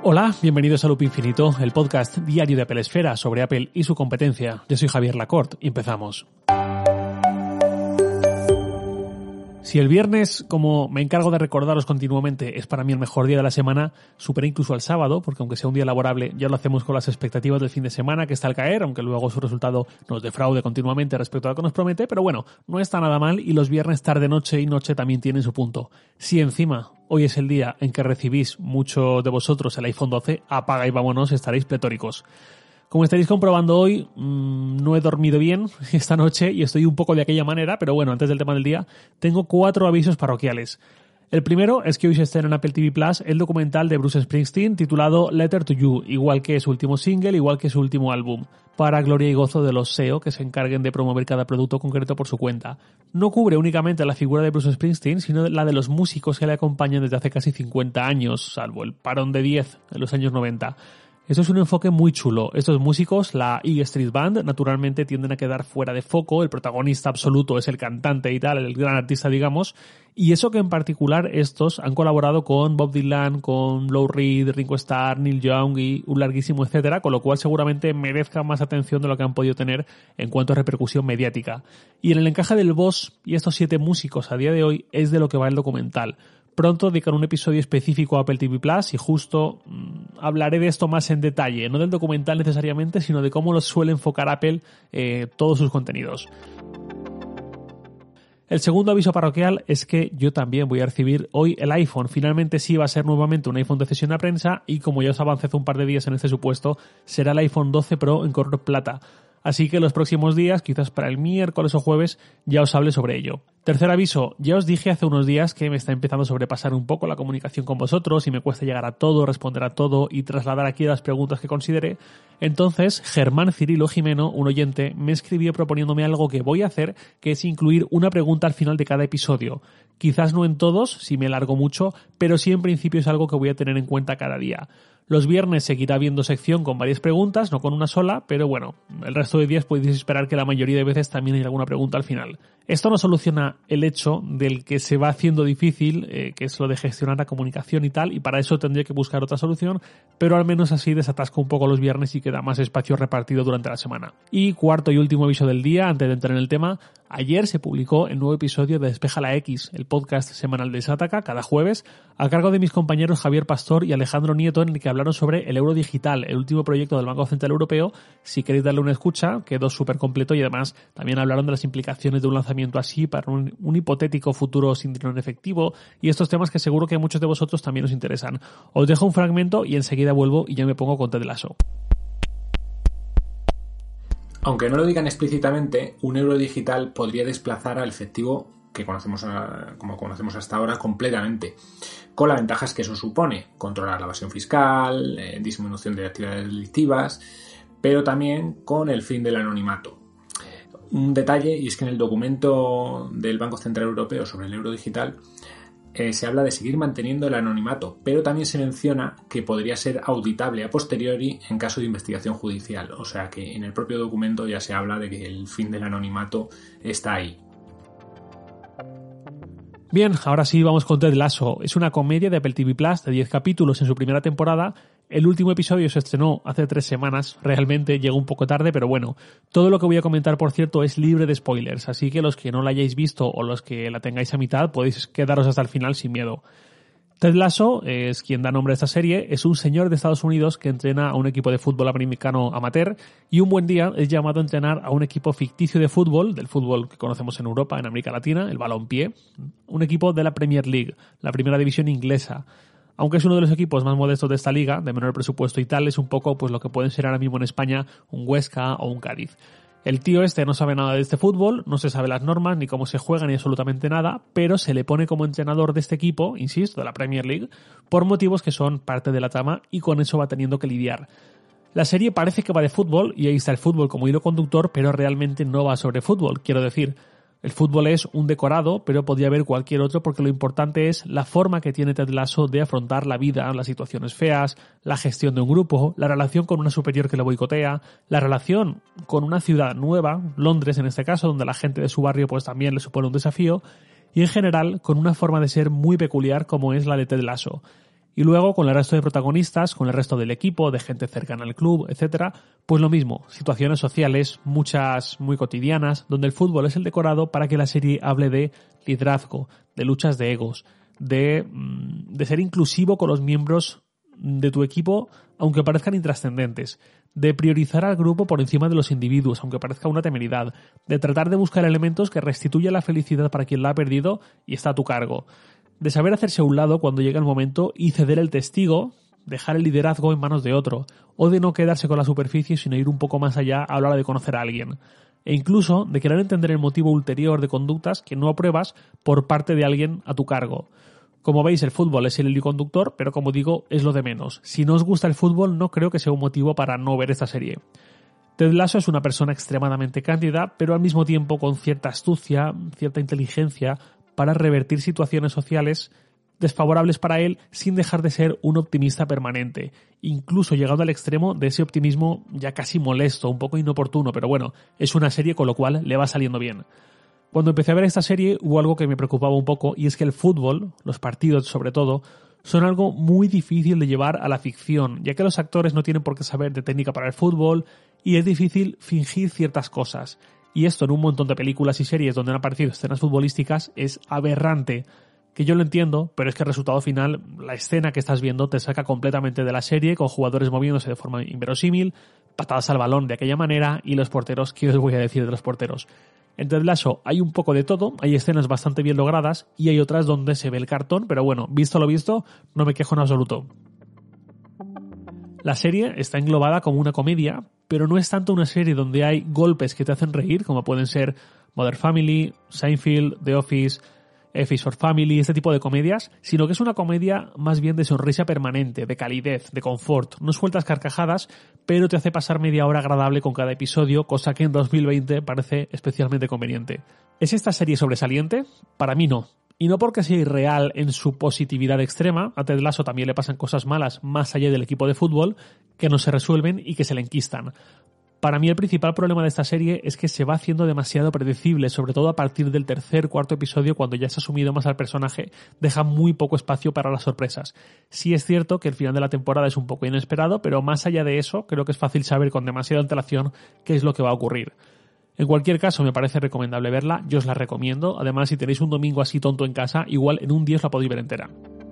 Hola, bienvenidos a Loop Infinito, el podcast diario de Apple Esfera sobre Apple y su competencia. Yo soy Javier Lacorte y empezamos. Si el viernes, como me encargo de recordaros continuamente, es para mí el mejor día de la semana, supera incluso al sábado, porque aunque sea un día laborable, ya lo hacemos con las expectativas del fin de semana que está al caer, aunque luego su resultado nos defraude continuamente respecto a lo que nos promete, pero bueno, no está nada mal y los viernes tarde, noche y noche también tienen su punto. Si encima hoy es el día en que recibís muchos de vosotros el iPhone 12, apaga y vámonos, estaréis pletóricos. Como estaréis comprobando hoy, no he dormido bien esta noche y estoy un poco de aquella manera, pero bueno, antes del tema del día, tengo 4 avisos parroquiales. El primero es que hoy se estrena en Apple TV Plus el documental de Bruce Springsteen titulado Letter to You, igual que su último single, igual que su último álbum, para gloria y gozo de los SEO que se encarguen de promover cada producto concreto por su cuenta. No cubre únicamente la figura de Bruce Springsteen, sino la de los músicos que le acompañan desde hace casi 50 años, salvo el parón de 10 en los años 90. Esto es un enfoque muy chulo. Estos músicos, la E Street Band, naturalmente tienden a quedar fuera de foco. El protagonista absoluto es el cantante y tal, el gran artista, digamos. Y eso que en particular estos han colaborado con Bob Dylan, con Lou Reed, Ringo Starr, Neil Young y un larguísimo etcétera, con lo cual seguramente merezca más atención de lo que han podido tener en cuanto a repercusión mediática. Y en el encaje del boss y estos 7 músicos a día de hoy es de lo que va el documental. Pronto dedicaré un episodio específico a Apple TV Plus y justo hablaré de esto más en detalle, no del documental necesariamente, sino de cómo lo suele enfocar Apple todos sus contenidos. El segundo aviso parroquial es que yo también voy a recibir hoy el iPhone. Finalmente sí va a ser nuevamente un iPhone de cesión a prensa y como ya os avancé hace un par de días en este supuesto, será el iPhone 12 Pro en color plata. Así que los próximos días, quizás para el miércoles o jueves, ya os hable sobre ello. Tercer aviso, ya os dije hace unos días que me está empezando a sobrepasar un poco la comunicación con vosotros y me cuesta llegar a todo, responder a todo y trasladar aquí las preguntas que considere. Entonces, Germán Cirilo Jimeno, un oyente, me escribió proponiéndome algo que voy a hacer, que es incluir una pregunta al final de cada episodio. Quizás no en todos, si me largo mucho, pero sí en principio es algo que voy a tener en cuenta cada día. Los viernes seguirá habiendo sección con varias preguntas, no con una sola, pero bueno, el resto de días podéis esperar que la mayoría de veces también hay alguna pregunta al final. Esto no soluciona el hecho del que se va haciendo difícil, que es lo de gestionar la comunicación y tal, y para eso tendría que buscar otra solución, pero al menos así desatasco un poco los viernes y queda más espacio repartido durante la semana. Y cuarto y último aviso del día, antes de entrar en el tema, ayer se publicó el nuevo episodio de Despeja la X, el podcast semanal de Sataka, cada jueves, a cargo de mis compañeros Javier Pastor y Alejandro Nieto, en el que hablaron sobre el euro digital, el último proyecto del Banco Central Europeo. Si queréis darle una escucha, quedó súper completo y además también hablaron de las implicaciones de un lanzamiento así para un hipotético futuro sin dinero en efectivo y estos temas que seguro que a muchos de vosotros también os interesan. Os dejo un fragmento y enseguida vuelvo y ya me pongo con Ted Lasso. Aunque no lo digan explícitamente, un euro digital podría desplazar al efectivo que conocemos como conocemos hasta ahora completamente, con las ventajas que eso supone: controlar la evasión fiscal, disminución de actividades delictivas, pero también con el fin del anonimato. Un detalle, y es que en el documento del Banco Central Europeo sobre el euro digital se habla de seguir manteniendo el anonimato, pero también se menciona que podría ser auditable a posteriori en caso de investigación judicial. O sea que en el propio documento ya se habla de que el fin del anonimato está ahí. Bien, ahora sí vamos con Ted Lasso. Es una comedia de Apple TV Plus de 10 capítulos en su primera temporada. El último episodio se estrenó hace 3 semanas, realmente llegó un poco tarde, pero bueno, todo lo que voy a comentar, por cierto, es libre de spoilers, así que los que no la hayáis visto o los que la tengáis a mitad podéis quedaros hasta el final sin miedo. Ted Lasso es quien da nombre a esta serie, es un señor de Estados Unidos que entrena a un equipo de fútbol americano amateur y un buen día es llamado a entrenar a un equipo ficticio de fútbol, del fútbol que conocemos en Europa, en América Latina, el balompié, un equipo de la Premier League, la primera división inglesa. Aunque es uno de los equipos más modestos de esta liga, de menor presupuesto y tal, es un poco pues lo que pueden ser ahora mismo en España un Huesca o un Cádiz. El tío no sabe nada de este fútbol, no se sabe las normas, ni cómo se juega, ni absolutamente nada, pero se le pone como entrenador de este equipo, insisto, de la Premier League, por motivos que son parte de la trama y con eso va teniendo que lidiar. La serie parece que va de fútbol, y ahí está el fútbol como hilo conductor, pero realmente no va sobre fútbol, quiero decir. El fútbol es un decorado, pero podría haber cualquier otro porque lo importante es la forma que tiene Ted Lasso de afrontar la vida, las situaciones feas, la gestión de un grupo, la relación con una superior que lo boicotea, la relación con una ciudad nueva, Londres en este caso, donde la gente de su barrio pues también le supone un desafío, y en general con una forma de ser muy peculiar como es la de Ted Lasso. Y luego, con el resto de protagonistas, con el resto del equipo, de gente cercana al club, etcétera, pues lo mismo, situaciones sociales, muchas muy cotidianas, donde el fútbol es el decorado para que la serie hable de liderazgo, de luchas de egos, de ser inclusivo con los miembros de tu equipo, aunque parezcan intrascendentes, de priorizar al grupo por encima de los individuos, aunque parezca una temeridad, de tratar de buscar elementos que restituyan la felicidad para quien la ha perdido y está a tu cargo, de saber hacerse a un lado cuando llega el momento y ceder el testigo, dejar el liderazgo en manos de otro, o de no quedarse con la superficie sino ir un poco más allá a la hora de conocer a alguien, e incluso de querer entender el motivo ulterior de conductas que no apruebas por parte de alguien a tu cargo. Como veis, el fútbol es el hilo conductor, pero como digo, es lo de menos. Si no os gusta el fútbol, no creo que sea un motivo para no ver esta serie. Ted Lasso es una persona extremadamente cándida, pero al mismo tiempo con cierta astucia, cierta inteligencia, para revertir situaciones sociales desfavorables para él sin dejar de ser un optimista permanente, incluso llegado al extremo de ese optimismo ya casi molesto, un poco inoportuno, pero bueno, es una serie con lo cual le va saliendo bien. Cuando empecé a ver esta serie hubo algo que me preocupaba un poco, y es que el fútbol, los partidos sobre todo, son algo muy difícil de llevar a la ficción, ya que los actores no tienen por qué saber de técnica para el fútbol y es difícil fingir ciertas cosas. Y esto en un montón de películas y series donde han aparecido escenas futbolísticas es aberrante. Que yo lo entiendo, pero es que el resultado final, la escena que estás viendo te saca completamente de la serie, con jugadores moviéndose de forma inverosímil, patadas al balón de aquella manera y los porteros, ¿qué os voy a decir de los porteros? En Ted Lasso hay un poco de todo, hay escenas bastante bien logradas y hay otras donde se ve el cartón, pero bueno, visto lo visto, no me quejo en absoluto. La serie está englobada como una comedia, pero no es tanto una serie donde hay golpes que te hacen reír, como pueden ser Modern Family, Seinfeld, The Office, F is for Family, este tipo de comedias, sino que es una comedia más bien de sonrisa permanente, de calidez, de confort. No sueltas carcajadas, pero te hace pasar media hora agradable con cada episodio, cosa que en 2020 parece especialmente conveniente. ¿Es esta serie sobresaliente? Para mí no. Y no porque sea irreal en su positividad extrema, a Ted Lasso también le pasan cosas malas más allá del equipo de fútbol, que no se resuelven y que se le enquistan. Para mí el principal problema de esta serie es que se va haciendo demasiado predecible, sobre todo a partir del tercer, cuarto episodio, cuando ya se ha asumido más al personaje, deja muy poco espacio para las sorpresas. Sí es cierto que el final de la temporada es un poco inesperado, pero más allá de eso, creo que es fácil saber con demasiada antelación qué es lo que va a ocurrir. En cualquier caso, me parece recomendable verla, yo os la recomiendo. Además, si tenéis un domingo así tonto en casa, igual en un día os la podéis ver entera.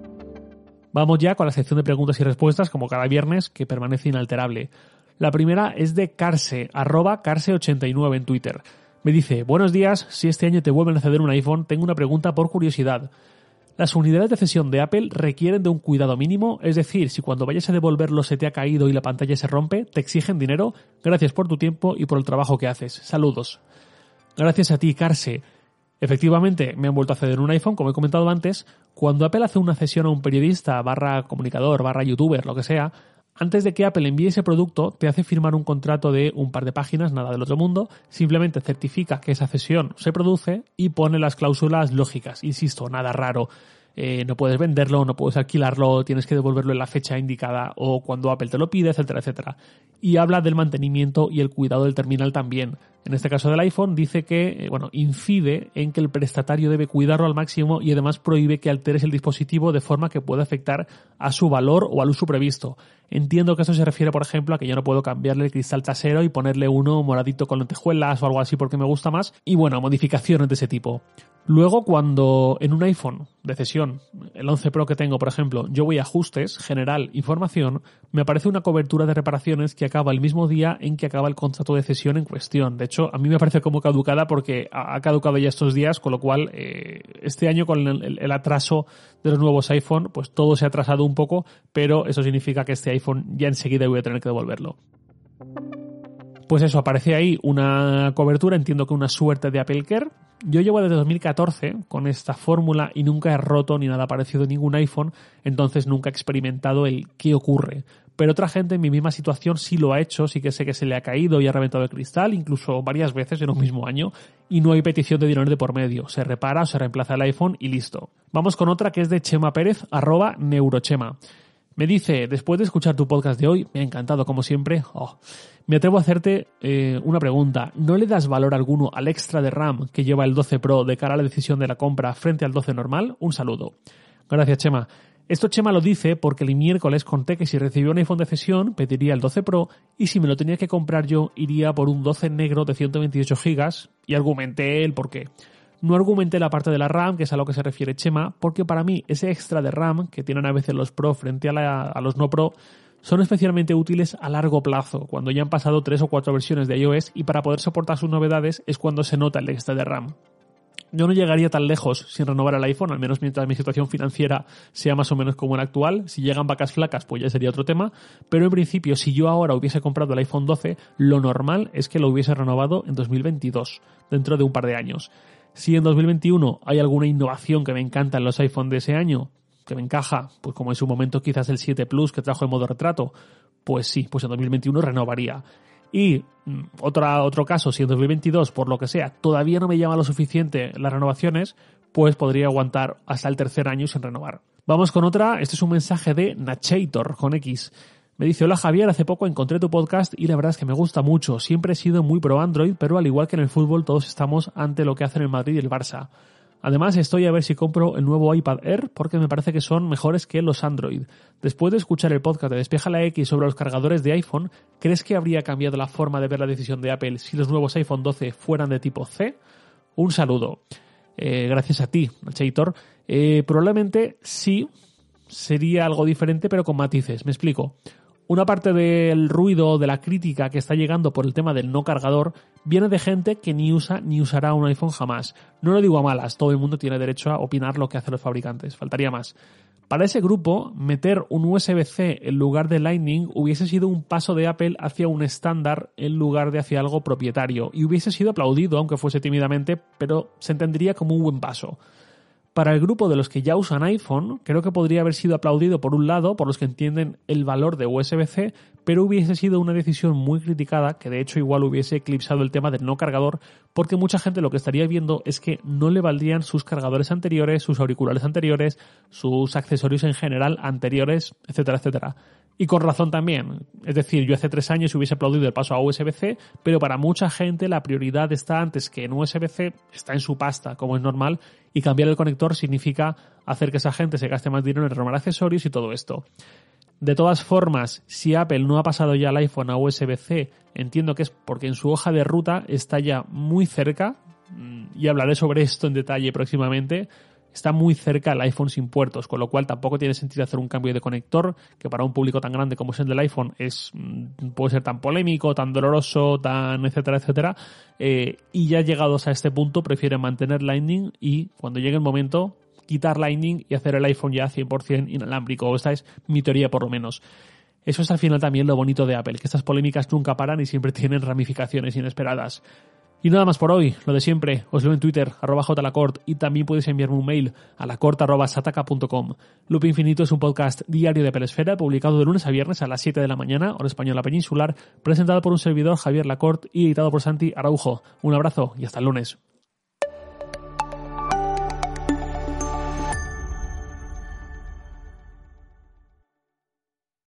Vamos ya con la sección de preguntas y respuestas, como cada viernes, que permanece inalterable. La primera es de Carse, @Carse89 en Twitter. Me dice: buenos días, si este año te vuelven a ceder un iPhone, tengo una pregunta por curiosidad. ¿Las unidades de cesión de Apple requieren de un cuidado mínimo? Es decir, si cuando vayas a devolverlo se te ha caído y la pantalla se rompe, ¿te exigen dinero? Gracias por tu tiempo y por el trabajo que haces. Saludos. Gracias a ti, Carse. Efectivamente, me han vuelto a ceder un iPhone, como he comentado antes. Cuando Apple hace una cesión a un periodista, /comunicador, /youtuber, lo que sea, antes de que Apple envíe ese producto, te hace firmar un contrato de un par de páginas, nada del otro mundo, simplemente certifica que esa cesión se produce y pone las cláusulas lógicas. Insisto, nada raro. No puedes venderlo, no puedes alquilarlo, tienes que devolverlo en la fecha indicada o cuando Apple te lo pide, etcétera, etcétera. Y habla del mantenimiento y el cuidado del terminal también. En este caso del iPhone dice que, incide en que el prestatario debe cuidarlo al máximo y además prohíbe que alteres el dispositivo de forma que pueda afectar a su valor o al uso previsto. Entiendo que esto se refiere, por ejemplo, a que yo no puedo cambiarle el cristal trasero y ponerle uno moradito con lentejuelas o algo así porque me gusta más. Y modificaciones de ese tipo. Luego, cuando en un iPhone de cesión, el 11 Pro que tengo, por ejemplo, yo voy a ajustes, general, información, me aparece una cobertura de reparaciones que acaba el mismo día en que acaba el contrato de cesión en cuestión. De hecho, a mí me parece como caducada porque ha caducado ya estos días, con lo cual este año con el atraso de los nuevos iPhone, pues todo se ha atrasado un poco, pero eso significa que este iPhone ya enseguida voy a tener que devolverlo. Pues eso, aparece ahí una cobertura, entiendo que una suerte de Apple Care. Yo llevo desde 2014 con esta fórmula y nunca he roto ni nada parecido en ningún iPhone, entonces nunca he experimentado el qué ocurre. Pero otra gente en mi misma situación sí lo ha hecho, sí que sé que se le ha caído y ha reventado el cristal, incluso varias veces en un mismo año, y no hay petición de dinero de por medio. Se repara o se reemplaza el iPhone y listo. Vamos con otra que es de Chema Pérez, @neurochema. Me dice: después de escuchar tu podcast de hoy, me ha encantado como siempre, me atrevo a hacerte una pregunta. ¿No le das valor alguno al extra de RAM que lleva el 12 Pro de cara a la decisión de la compra frente al 12 normal? Un saludo. Gracias, Chema. Esto Chema lo dice porque el miércoles conté que si recibía un iPhone de cesión pediría el 12 Pro y si me lo tenía que comprar yo iría por un 12 negro de 128 GB y argumenté el porqué. No argumenté la parte de la RAM, que es a lo que se refiere Chema, porque para mí ese extra de RAM que tienen a veces los Pro frente a los no Pro son especialmente útiles a largo plazo, cuando ya han pasado 3 o 4 versiones de iOS y para poder soportar sus novedades es cuando se nota el extra de RAM. Yo no llegaría tan lejos sin renovar el iPhone, al menos mientras mi situación financiera sea más o menos como la actual. Si llegan vacas flacas, pues ya sería otro tema. Pero en principio, si yo ahora hubiese comprado el iPhone 12, lo normal es que lo hubiese renovado en 2022, dentro de un par de años. Si en 2021 hay alguna innovación que me encanta en los iPhone de ese año, que me encaja, pues como en su momento quizás el 7 Plus que trajo en modo retrato, pues sí, pues en 2021 renovaría. Y otro caso, si en 2022, por lo que sea, todavía no me llama lo suficiente las renovaciones, pues podría aguantar hasta el tercer año sin renovar. Vamos con otra. Este es un mensaje de Nachator, con X. Me dice: hola Javier, hace poco encontré tu podcast y la verdad es que me gusta mucho. Siempre he sido muy pro Android, pero al igual que en el fútbol todos estamos ante lo que hacen el Madrid y el Barça. Además, estoy a ver si compro el nuevo iPad Air porque me parece que son mejores que los Android. Después de escuchar el podcast de Despeja la X sobre los cargadores de iPhone, ¿crees que habría cambiado la forma de ver la decisión de Apple si los nuevos iPhone 12 fueran de tipo C? Un saludo. Gracias a ti, Chator. Probablemente sí sería algo diferente, pero con matices. Me explico. Una parte del ruido, de la crítica que está llegando por el tema del no cargador, viene de gente que ni usa ni usará un iPhone jamás. No lo digo a malas, todo el mundo tiene derecho a opinar lo que hacen los fabricantes, faltaría más. Para ese grupo, meter un USB-C en lugar de Lightning hubiese sido un paso de Apple hacia un estándar en lugar de hacia algo propietario, y hubiese sido aplaudido, aunque fuese tímidamente, pero se entendería como un buen paso. Para el grupo de los que ya usan iPhone, creo que podría haber sido aplaudido por un lado, por los que entienden el valor de USB-C, pero hubiese sido una decisión muy criticada, que de hecho igual hubiese eclipsado el tema del no cargador, porque mucha gente lo que estaría viendo es que no le valdrían sus cargadores anteriores, sus auriculares anteriores, sus accesorios en general anteriores, etcétera, etcétera. Y con razón también. Es decir, yo hace 3 años hubiese aplaudido el paso a USB-C, pero para mucha gente la prioridad está antes que en USB-C, está en su pasta, como es normal, y cambiar el conector significa hacer que esa gente se gaste más dinero en renovar accesorios y todo esto. De todas formas, si Apple no ha pasado ya el iPhone a USB-C, entiendo que es porque en su hoja de ruta está ya muy cerca, y hablaré sobre esto en detalle próximamente. Está muy cerca el iPhone sin puertos, con lo cual tampoco tiene sentido hacer un cambio de conector, que para un público tan grande como es el del iPhone puede ser tan polémico, tan doloroso, tan etcétera, etcétera. Y ya llegados a este punto prefieren mantener Lightning y cuando llegue el momento quitar Lightning y hacer el iPhone ya 100% inalámbrico. Esta es mi teoría por lo menos. Eso es al final también lo bonito de Apple, que estas polémicas nunca paran y siempre tienen ramificaciones inesperadas. Y nada más por hoy, lo de siempre, os leo en Twitter, @jlacort, y también podéis enviarme un mail a lacort@sataka.com. Loop Infinito es un podcast diario de Apple Esfera, publicado de lunes a viernes a las 7 de la mañana, hora española peninsular, presentado por un servidor, Javier Lacort, y editado por Santi Araujo. Un abrazo y hasta el lunes.